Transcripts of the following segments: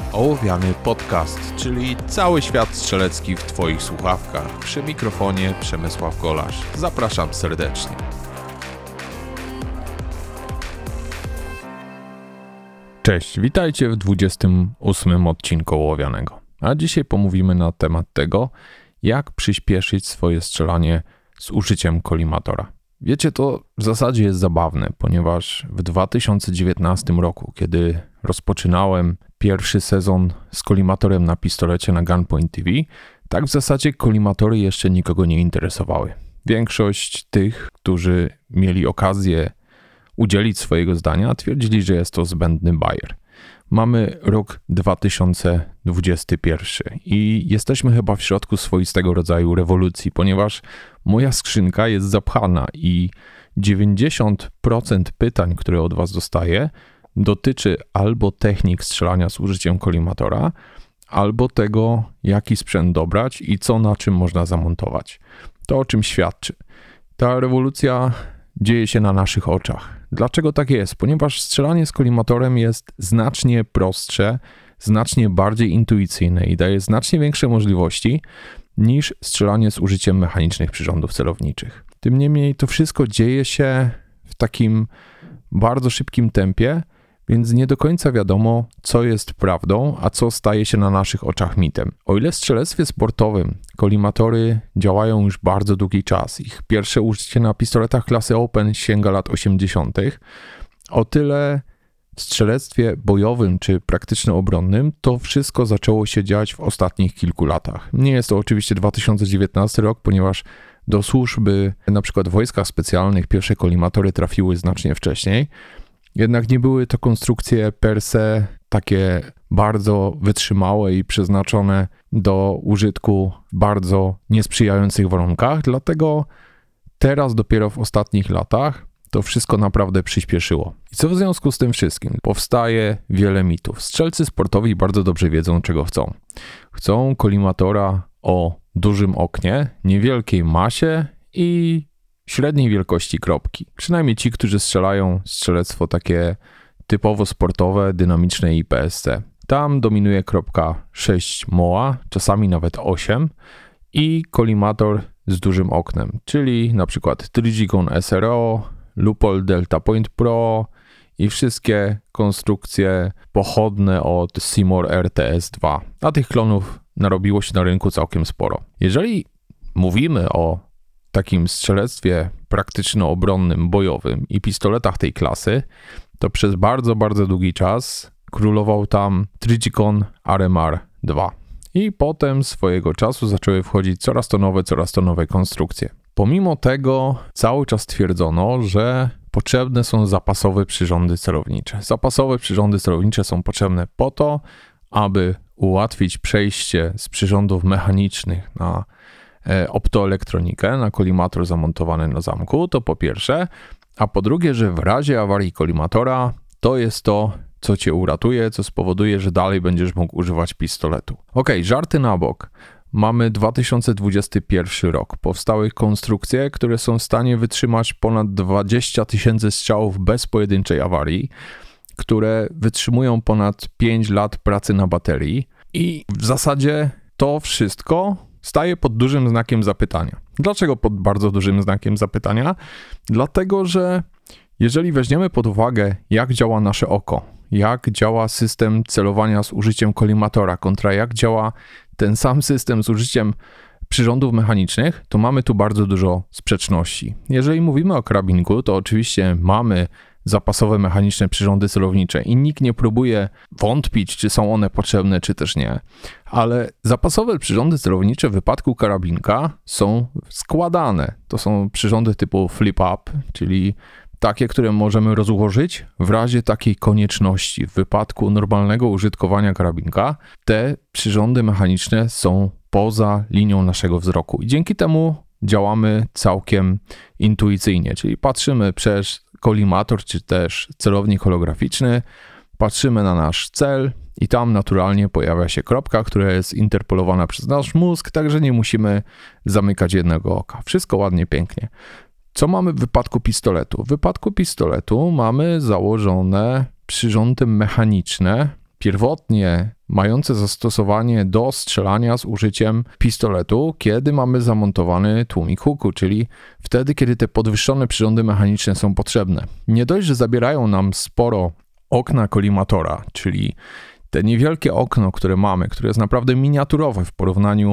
Ołowiany Podcast, czyli cały świat strzelecki w Twoich słuchawkach. Przy mikrofonie Przemysław Golasz. Zapraszam serdecznie. Cześć, witajcie w 28 odcinku Ołowianego. A dzisiaj pomówimy na temat tego, jak przyspieszyć swoje strzelanie z użyciem kolimatora. Wiecie, to w zasadzie jest zabawne, ponieważ w 2019 roku, kiedy rozpoczynałem pierwszy sezon z kolimatorem na pistolecie na Gunpoint TV, tak w zasadzie kolimatory jeszcze nikogo nie interesowały. Większość tych, którzy mieli okazję udzielić swojego zdania, twierdzili, że jest to zbędny bajer. Mamy rok 2021 i jesteśmy chyba w środku swoistego rodzaju rewolucji, ponieważ moja skrzynka jest zapchana i 90% pytań, które od Was dostaję, dotyczy albo technik strzelania z użyciem kolimatora, albo tego, jaki sprzęt dobrać i co na czym można zamontować. To o czym świadczy. Ta rewolucja dzieje się na naszych oczach. Dlaczego tak jest? Ponieważ strzelanie z kolimatorem jest znacznie prostsze, znacznie bardziej intuicyjne i daje znacznie większe możliwości niż strzelanie z użyciem mechanicznych przyrządów celowniczych. Tym niemniej to wszystko dzieje się w takim bardzo szybkim tempie, więc nie do końca wiadomo, co jest prawdą, a co staje się na naszych oczach mitem. O ile w strzelectwie sportowym kolimatory działają już bardzo długi czas, ich pierwsze użycie na pistoletach klasy Open sięga lat 80., o tyle w strzelectwie bojowym czy praktyczno-obronnym to wszystko zaczęło się dziać w ostatnich kilku latach. Nie jest to oczywiście 2019 rok, ponieważ do służby na przykład w wojskach specjalnych pierwsze kolimatory trafiły znacznie wcześniej. Jednak nie były to konstrukcje per se takie bardzo wytrzymałe i przeznaczone do użytku w bardzo niesprzyjających warunkach, dlatego teraz dopiero w ostatnich latach to wszystko naprawdę przyspieszyło. I co w związku z tym wszystkim? Powstaje wiele mitów. Strzelcy sportowi bardzo dobrze wiedzą, czego chcą. Chcą kolimatora o dużym oknie, niewielkiej masie i średniej wielkości kropki. Przynajmniej ci, którzy strzelają strzelectwo takie typowo sportowe, dynamiczne i PSC. Tam dominuje kropka 6 MOA, czasami nawet 8 i kolimator z dużym oknem, czyli na przykład Trijicon SRO, Leupold Delta Point Pro i wszystkie konstrukcje pochodne od C-More RTS-2. A tych klonów narobiło się na rynku całkiem sporo. Jeżeli mówimy o takim strzelectwie praktyczno-obronnym, bojowym i pistoletach tej klasy, to przez bardzo, bardzo długi czas królował tam Trijicon RMR 2. I potem swojego czasu zaczęły wchodzić coraz to nowe konstrukcje. Pomimo tego cały czas twierdzono, że potrzebne są zapasowe przyrządy celownicze. Zapasowe przyrządy celownicze są potrzebne po to, aby ułatwić przejście z przyrządów mechanicznych na optoelektronikę, na kolimator zamontowany na zamku, to po pierwsze, a po drugie, że w razie awarii kolimatora to jest to, co cię uratuje, co spowoduje, że dalej będziesz mógł używać pistoletu. Okej, żarty na bok. Mamy 2021 rok. Powstały konstrukcje, które są w stanie wytrzymać ponad 20 000 strzałów bez pojedynczej awarii, które wytrzymują ponad 5 lat pracy na baterii i w zasadzie to wszystko staje pod dużym znakiem zapytania. Dlaczego pod bardzo dużym znakiem zapytania? Dlatego, że jeżeli weźmiemy pod uwagę, jak działa nasze oko, jak działa system celowania z użyciem kolimatora kontra jak działa ten sam system z użyciem przyrządów mechanicznych, to mamy tu bardzo dużo sprzeczności. Jeżeli mówimy o karabinku, to oczywiście mamy zapasowe mechaniczne przyrządy celownicze i nikt nie próbuje wątpić, czy są one potrzebne, czy też nie. Ale zapasowe przyrządy celownicze w wypadku karabinka są składane. To są przyrządy typu flip-up, czyli takie, które możemy rozłożyć w razie takiej konieczności. W wypadku normalnego użytkowania karabinka te przyrządy mechaniczne są poza linią naszego wzroku i dzięki temu działamy całkiem intuicyjnie, czyli patrzymy przez kolimator czy też celownik holograficzny, patrzymy na nasz cel i tam naturalnie pojawia się kropka, która jest interpolowana przez nasz mózg, także nie musimy zamykać jednego oka. Wszystko ładnie, pięknie. Co mamy w wypadku pistoletu? W wypadku pistoletu mamy założone przyrządy mechaniczne pierwotnie mające zastosowanie do strzelania z użyciem pistoletu, kiedy mamy zamontowany tłumik huku, czyli wtedy, kiedy te podwyższone przyrządy mechaniczne są potrzebne. Nie dość, że zabierają nam sporo okna kolimatora, czyli te niewielkie okno, które mamy, które jest naprawdę miniaturowe w porównaniu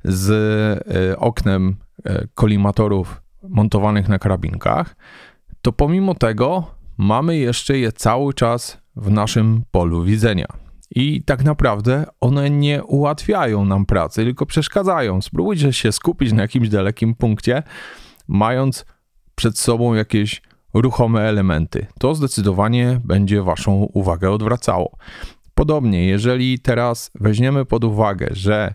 z oknem kolimatorów montowanych na karabinkach, to pomimo tego mamy jeszcze je cały czas w naszym polu widzenia. I tak naprawdę one nie ułatwiają nam pracy, tylko przeszkadzają. Spróbujcie się skupić na jakimś dalekim punkcie, mając przed sobą jakieś ruchome elementy. To zdecydowanie będzie waszą uwagę odwracało. Podobnie, jeżeli teraz weźmiemy pod uwagę, że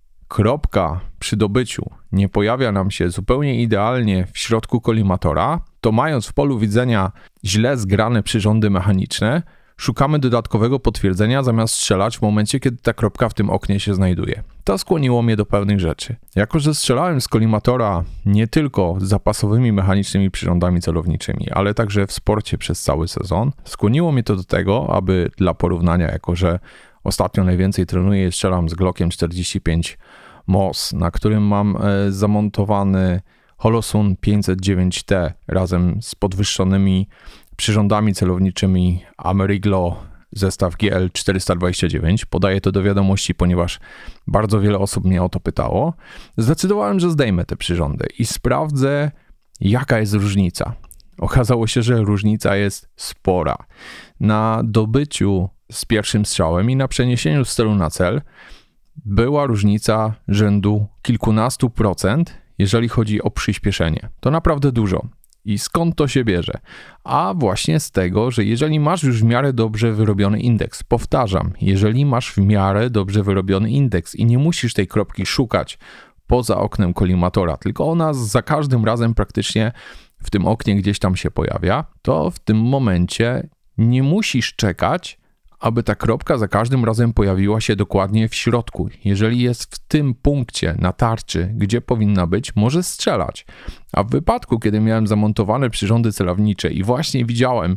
kropka przy dobyciu nie pojawia nam się zupełnie idealnie w środku kolimatora, to mając w polu widzenia źle zgrane przyrządy mechaniczne, szukamy dodatkowego potwierdzenia zamiast strzelać w momencie, kiedy ta kropka w tym oknie się znajduje. To skłoniło mnie do pewnych rzeczy. Jako że strzelałem z kolimatora nie tylko z zapasowymi mechanicznymi przyrządami celowniczymi, ale także w sporcie przez cały sezon, skłoniło mnie to do tego, aby dla porównania, jako że ostatnio najwięcej trenuję i strzelam z Glockiem 45 MOS, na którym mam zamontowany Holosun 509T razem z podwyższonymi przyrządami celowniczymi Ameriglo zestaw GL 429. Podaję to do wiadomości, ponieważ bardzo wiele osób mnie o to pytało. Zdecydowałem, że zdejmę te przyrządy i sprawdzę, jaka jest różnica. Okazało się, że różnica jest spora. Na dobyciu z pierwszym strzałem i na przeniesieniu z celu na cel była różnica rzędu kilkunastu procent, jeżeli chodzi o przyspieszenie. To naprawdę dużo. I skąd to się bierze? A właśnie z tego, że jeżeli masz już w miarę dobrze wyrobiony indeks, powtarzam, jeżeli masz w miarę dobrze wyrobiony indeks i nie musisz tej kropki szukać poza oknem kolimatora, tylko ona za każdym razem praktycznie w tym oknie gdzieś tam się pojawia, to w tym momencie nie musisz czekać, aby ta kropka za każdym razem pojawiła się dokładnie w środku. Jeżeli jest w tym punkcie na tarczy, gdzie powinna być, może strzelać. A w wypadku, kiedy miałem zamontowane przyrządy celownicze i właśnie widziałem,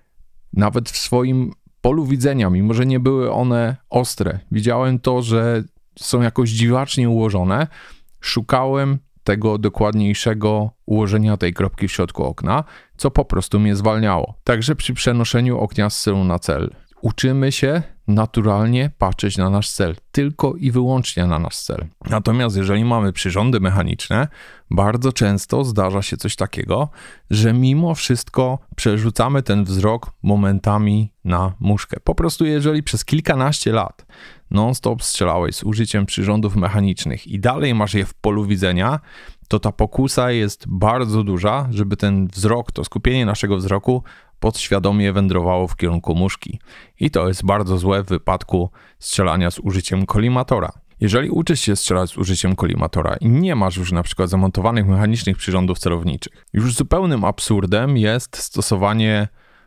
nawet w swoim polu widzenia, mimo że nie były one ostre, widziałem to, że są jakoś dziwacznie ułożone, szukałem tego dokładniejszego ułożenia tej kropki w środku okna, co po prostu mnie zwalniało. Także przy przenoszeniu okna z celu na cel uczymy się naturalnie patrzeć na nasz cel, tylko i wyłącznie na nasz cel. Natomiast jeżeli mamy przyrządy mechaniczne, bardzo często zdarza się coś takiego, że mimo wszystko przerzucamy ten wzrok momentami na muszkę. Po prostu jeżeli przez kilkanaście lat non-stop strzelałeś z użyciem przyrządów mechanicznych i dalej masz je w polu widzenia, to ta pokusa jest bardzo duża, żeby ten wzrok, to skupienie naszego wzroku podświadomie wędrowało w kierunku muszki. I to jest bardzo złe w wypadku strzelania z użyciem kolimatora. Jeżeli uczysz się strzelać z użyciem kolimatora i nie masz już na przykład zamontowanych mechanicznych przyrządów celowniczych, już zupełnym absurdem jest stosowanie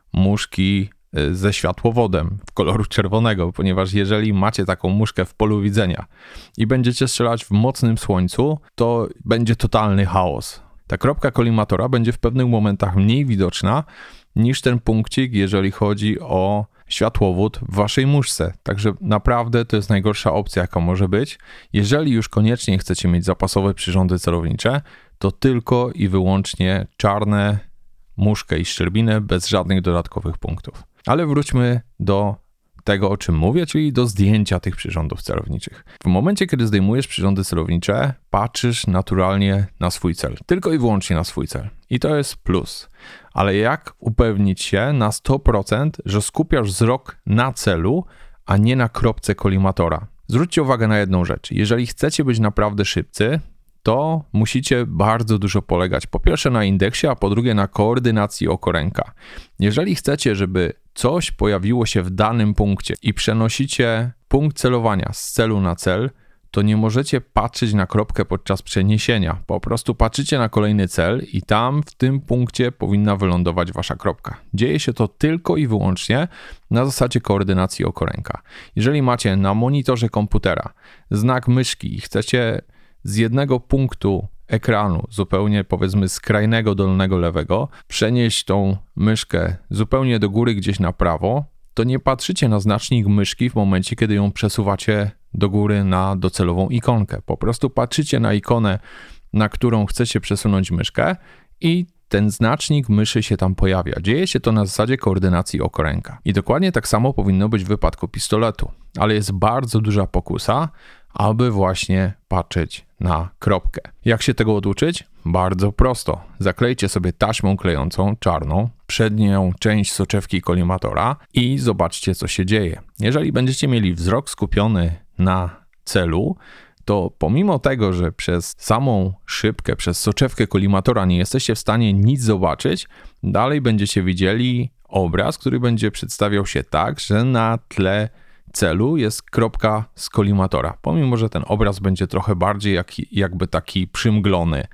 muszki ze światłowodem w koloru czerwonego, ponieważ jeżeli macie taką muszkę w polu widzenia i będziecie strzelać w mocnym słońcu, to będzie totalny chaos. Ta kropka kolimatora będzie w pewnych momentach mniej widoczna niż ten punkcik, jeżeli chodzi o światłowód w waszej muszce. Także naprawdę to jest najgorsza opcja, jaka może być. Jeżeli już koniecznie chcecie mieć zapasowe przyrządy celownicze, to tylko i wyłącznie czarne, muszkę i szczerbinę bez żadnych dodatkowych punktów. Ale wróćmy do tego, o czym mówię, czyli do zdjęcia tych przyrządów celowniczych. W momencie, kiedy zdejmujesz przyrządy celownicze, patrzysz naturalnie na swój cel. Tylko i wyłącznie na swój cel. I to jest plus. Ale jak upewnić się na 100%, że skupiasz wzrok na celu, a nie na kropce kolimatora? Zwróćcie uwagę na jedną rzecz. Jeżeli chcecie być naprawdę szybcy, to musicie bardzo dużo polegać. Po pierwsze na indeksie, a po drugie na koordynacji oko-ręka. Jeżeli chcecie, żeby coś pojawiło się w danym punkcie i przenosicie punkt celowania z celu na cel, to nie możecie patrzeć na kropkę podczas przeniesienia. Po prostu patrzycie na kolejny cel i tam w tym punkcie powinna wylądować wasza kropka. Dzieje się to tylko i wyłącznie na zasadzie koordynacji oko-ręka. Jeżeli macie na monitorze komputera znak myszki i chcecie z jednego punktu ekranu, zupełnie powiedzmy skrajnego dolnego lewego, przenieść tą myszkę zupełnie do góry gdzieś na prawo, to nie patrzycie na znacznik myszki w momencie, kiedy ją przesuwacie do góry na docelową ikonkę. Po prostu patrzycie na ikonę, na którą chcecie przesunąć myszkę i ten znacznik myszy się tam pojawia. Dzieje się to na zasadzie koordynacji oko-ręka. I dokładnie tak samo powinno być w wypadku pistoletu. Ale jest bardzo duża pokusa, aby właśnie patrzeć na kropkę. Jak się tego oduczyć? Bardzo prosto. Zaklejcie sobie taśmą klejącą, czarną, przednią część soczewki kolimatora i zobaczcie, co się dzieje. Jeżeli będziecie mieli wzrok skupiony na celu, to pomimo tego, że przez samą szybkę, przez soczewkę kolimatora nie jesteście w stanie nic zobaczyć, dalej będziecie widzieli obraz, który będzie przedstawiał się tak, że na tle celu jest kropka z kolimatora. Pomimo, że ten obraz będzie trochę bardziej jakby taki przymglony,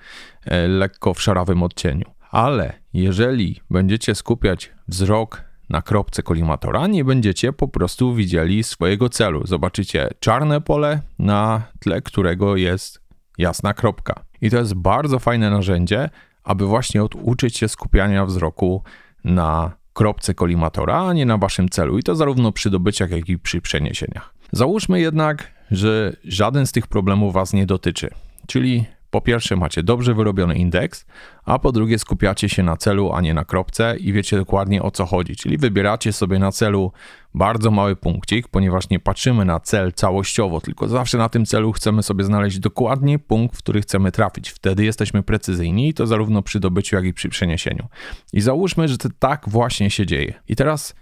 lekko w szarawym odcieniu. Ale jeżeli będziecie skupiać wzrok na kropce kolimatora, nie będziecie po prostu widzieli swojego celu. Zobaczycie czarne pole, na tle którego jest jasna kropka. I to jest bardzo fajne narzędzie, aby właśnie oduczyć się skupiania wzroku na kropce kolimatora, a nie na waszym celu. I to zarówno przy dobyczach, jak i przy przeniesieniach. Załóżmy jednak, że żaden z tych problemów was nie dotyczy. Czyli po pierwsze macie dobrze wyrobiony indeks, a po drugie skupiacie się na celu, a nie na kropce i wiecie dokładnie, o co chodzi. Czyli wybieracie sobie na celu bardzo mały punkcik, ponieważ nie patrzymy na cel całościowo, tylko zawsze na tym celu chcemy sobie znaleźć dokładnie punkt, w który chcemy trafić. Wtedy jesteśmy precyzyjni i to zarówno przy dobyciu, jak i przy przeniesieniu. I załóżmy, że to tak właśnie się dzieje. I teraz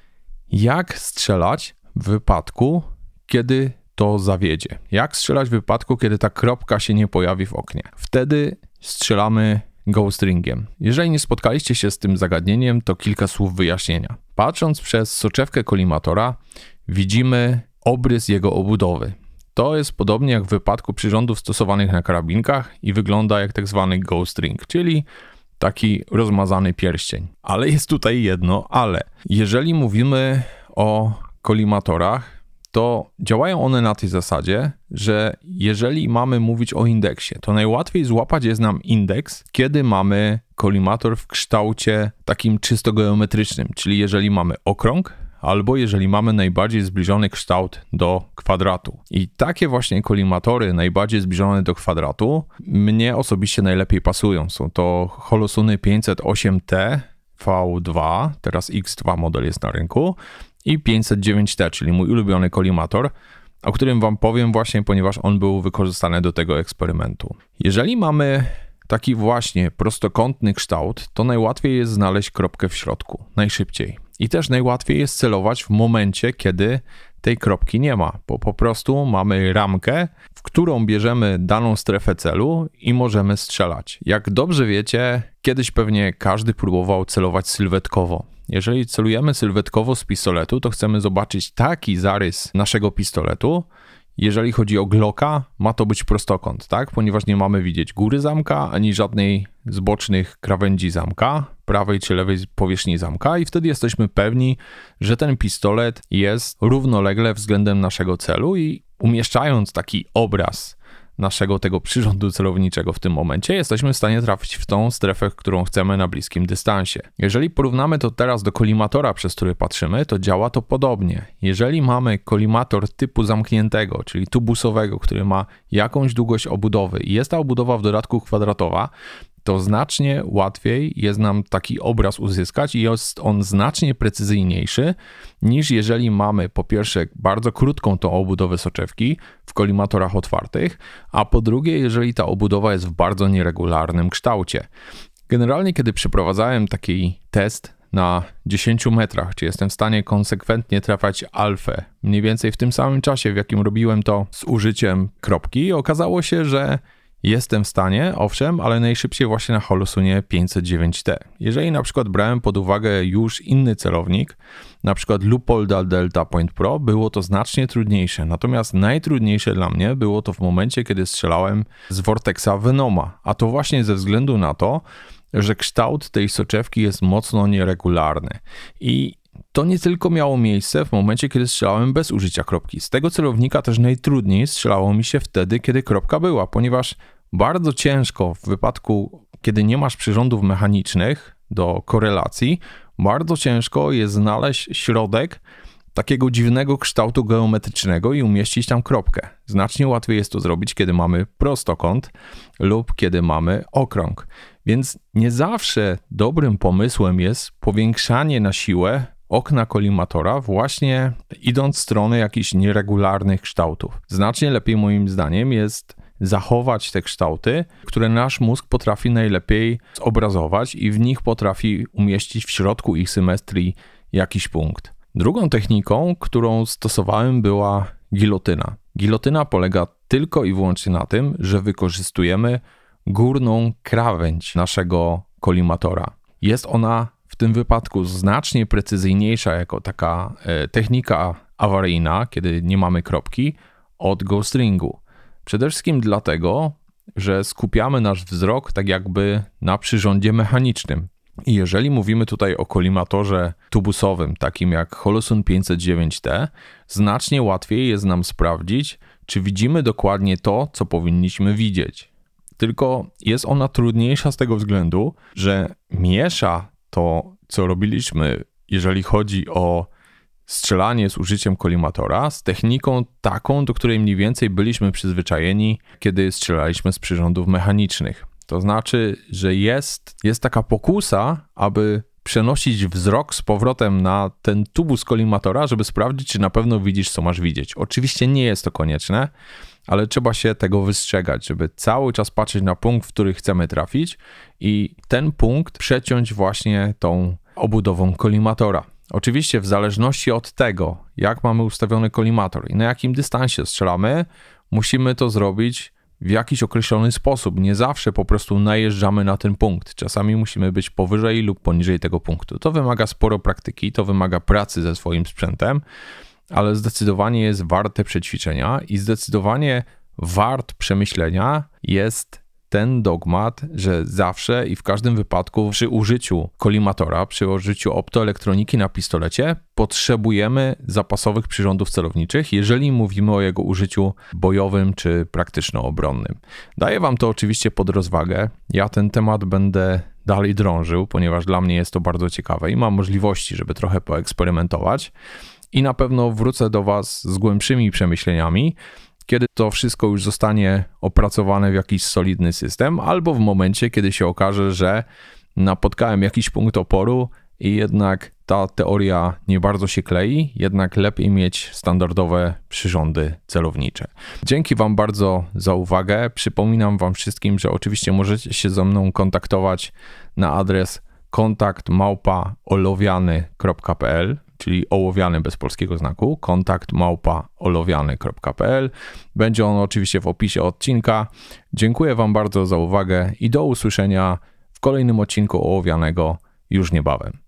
jak strzelać w wypadku, kiedy to zawiedzie? Jak strzelać w wypadku, kiedy ta kropka się nie pojawi w oknie? Wtedy strzelamy ghost ringiem. Jeżeli nie spotkaliście się z tym zagadnieniem, to kilka słów wyjaśnienia. Patrząc przez soczewkę kolimatora, widzimy obrys jego obudowy. To jest podobnie jak w wypadku przyrządów stosowanych na karabinkach i wygląda jak tak zwany ghost ring, czyli taki rozmazany pierścień. Ale jest tutaj jedno ale. Jeżeli mówimy o kolimatorach, to działają one na tej zasadzie, że jeżeli mamy mówić o indeksie, to najłatwiej złapać jest nam indeks, kiedy mamy kolimator w kształcie takim czysto geometrycznym, czyli jeżeli mamy okrąg, albo jeżeli mamy najbardziej zbliżony kształt do kwadratu. I takie właśnie kolimatory najbardziej zbliżone do kwadratu mnie osobiście najlepiej pasują. Są to Holosuny 508T V2, teraz X2 model jest na rynku, i 509T, czyli mój ulubiony kolimator, o którym wam powiem właśnie, ponieważ on był wykorzystany do tego eksperymentu. Jeżeli mamy taki właśnie prostokątny kształt, to najłatwiej jest znaleźć kropkę w środku, najszybciej. I też najłatwiej jest celować w momencie, kiedy tej kropki nie ma, bo po prostu mamy ramkę, w którą bierzemy daną strefę celu i możemy strzelać. Jak dobrze wiecie, kiedyś pewnie każdy próbował celować sylwetkowo. Jeżeli celujemy sylwetkowo z pistoletu, to chcemy zobaczyć taki zarys naszego pistoletu. Jeżeli chodzi o Glocka, ma to być prostokąt, tak? Ponieważ nie mamy widzieć góry zamka, ani żadnej z bocznych krawędzi zamka, prawej czy lewej powierzchni zamka i wtedy jesteśmy pewni, że ten pistolet jest równolegle względem naszego celu i umieszczając taki obraz naszego tego przyrządu celowniczego w tym momencie, jesteśmy w stanie trafić w tą strefę, którą chcemy na bliskim dystansie. Jeżeli porównamy to teraz do kolimatora, przez który patrzymy, to działa to podobnie. Jeżeli mamy kolimator typu zamkniętego, czyli tubusowego, który ma jakąś długość obudowy i jest ta obudowa w dodatku kwadratowa, to znacznie łatwiej jest nam taki obraz uzyskać i jest on znacznie precyzyjniejszy niż jeżeli mamy po pierwsze bardzo krótką tą obudowę soczewki w kolimatorach otwartych, a po drugie jeżeli ta obudowa jest w bardzo nieregularnym kształcie. Generalnie kiedy przeprowadzałem taki test na 10 metrach, czy jestem w stanie konsekwentnie trafiać alfę, mniej więcej w tym samym czasie, w jakim robiłem to z użyciem kropki, okazało się, że jestem w stanie, owszem, ale najszybciej właśnie na Holosunie 509T. Jeżeli na przykład brałem pod uwagę już inny celownik, na przykład Leupold Delta Point Pro, było to znacznie trudniejsze. Natomiast najtrudniejsze dla mnie było to w momencie, kiedy strzelałem z Vortexa Venoma, a to właśnie ze względu na to, że kształt tej soczewki jest mocno nieregularny. I to nie tylko miało miejsce w momencie, kiedy strzelałem bez użycia kropki. Z tego celownika też najtrudniej strzelało mi się wtedy, kiedy kropka była, ponieważ bardzo ciężko w wypadku, kiedy nie masz przyrządów mechanicznych do korelacji, bardzo ciężko jest znaleźć środek takiego dziwnego kształtu geometrycznego i umieścić tam kropkę. Znacznie łatwiej jest to zrobić, kiedy mamy prostokąt lub kiedy mamy okrąg. Więc nie zawsze dobrym pomysłem jest powiększanie na siłę okna kolimatora właśnie idąc w stronę jakichś nieregularnych kształtów. Znacznie lepiej moim zdaniem jest zachować te kształty, które nasz mózg potrafi najlepiej zobrazować i w nich potrafi umieścić w środku ich symetrii jakiś punkt. Drugą techniką, którą stosowałem, była gilotyna. Gilotyna polega tylko i wyłącznie na tym, że wykorzystujemy górną krawędź naszego kolimatora. Jest ona w tym wypadku znacznie precyzyjniejsza jako taka technika awaryjna, kiedy nie mamy kropki, od ghost-ringu. Przede wszystkim dlatego, że skupiamy nasz wzrok tak jakby na przyrządzie mechanicznym. I jeżeli mówimy tutaj o kolimatorze tubusowym, takim jak Holosun 509T, znacznie łatwiej jest nam sprawdzić, czy widzimy dokładnie to, co powinniśmy widzieć. Tylko jest ona trudniejsza z tego względu, że miesza to, co robiliśmy, jeżeli chodzi o strzelanie z użyciem kolimatora, z techniką taką, do której mniej więcej byliśmy przyzwyczajeni, kiedy strzelaliśmy z przyrządów mechanicznych. To znaczy, że jest taka pokusa, aby przenosić wzrok z powrotem na ten tubus kolimatora, żeby sprawdzić, czy na pewno widzisz, co masz widzieć. Oczywiście nie jest to konieczne, ale trzeba się tego wystrzegać, żeby cały czas patrzeć na punkt, w który chcemy trafić i ten punkt przeciąć właśnie tą obudową kolimatora. Oczywiście w zależności od tego, jak mamy ustawiony kolimator i na jakim dystansie strzelamy, musimy to zrobić w jakiś określony sposób. Nie zawsze po prostu najeżdżamy na ten punkt. Czasami musimy być powyżej lub poniżej tego punktu. To wymaga sporo praktyki, to wymaga pracy ze swoim sprzętem, ale zdecydowanie jest warte przećwiczenia i zdecydowanie wart przemyślenia jest ten dogmat, że zawsze i w każdym wypadku przy użyciu kolimatora, przy użyciu optoelektroniki na pistolecie potrzebujemy zapasowych przyrządów celowniczych, jeżeli mówimy o jego użyciu bojowym czy praktyczno-obronnym. Daję wam to oczywiście pod rozwagę. Ja ten temat będę dalej drążył, ponieważ dla mnie jest to bardzo ciekawe i mam możliwości, żeby trochę poeksperymentować i na pewno wrócę do was z głębszymi przemyśleniami, kiedy to wszystko już zostanie opracowane w jakiś solidny system, albo w momencie, kiedy się okaże, że napotkałem jakiś punkt oporu i jednak ta teoria nie bardzo się klei, jednak lepiej mieć standardowe przyrządy celownicze. Dzięki wam bardzo za uwagę. Przypominam wam wszystkim, że oczywiście możecie się ze mną kontaktować na adres kontakt@olowiany.pl, czyli ołowiany bez polskiego znaku, kontakt@olowiany.pl. Będzie on oczywiście w opisie odcinka. Dziękuję wam bardzo za uwagę i do usłyszenia w kolejnym odcinku Ołowianego już niebawem.